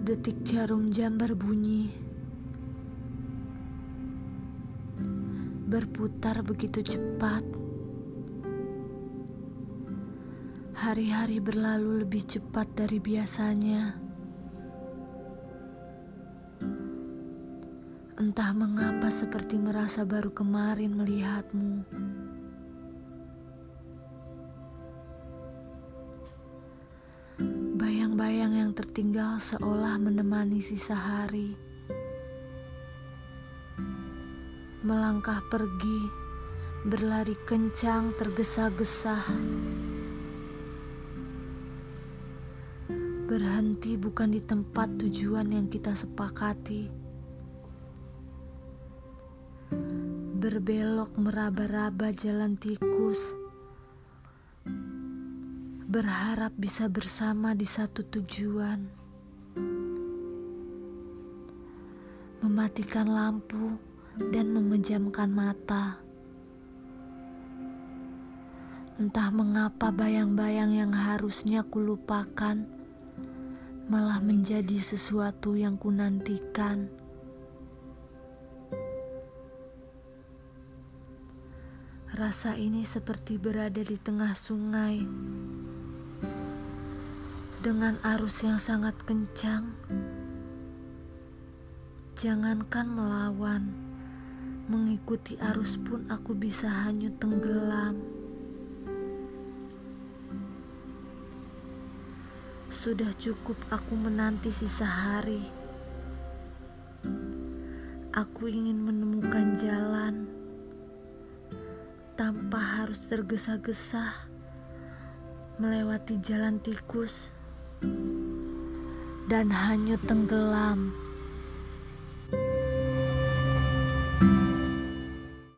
Detik jarum jam berbunyi, berputar begitu cepat. Hari-hari berlalu lebih cepat dari biasanya. Entah mengapa seperti merasa baru kemarin melihatmu. Bayang-bayang yang tertinggal seolah menemani sisa hari. Melangkah pergi, berlari kencang, tergesa-gesa. Berhenti bukan di tempat tujuan yang kita sepakati. Berbelok meraba-raba jalan tikus. Berharap bisa bersama di satu tujuan. Mematikan lampu dan memejamkan mata. Entah mengapa bayang-bayang yang harusnya kulupakan malah menjadi sesuatu yang kunantikan. Rasa ini seperti berada di tengah sungai dengan arus yang sangat kencang. Jangankan melawan, mengikuti arus pun aku bisa hanyut tenggelam. Sudah cukup aku menanti sisa hari. Aku ingin menemukan jalan tanpa harus tergesa-gesa melewati jalan tikus dan hanyut tenggelam.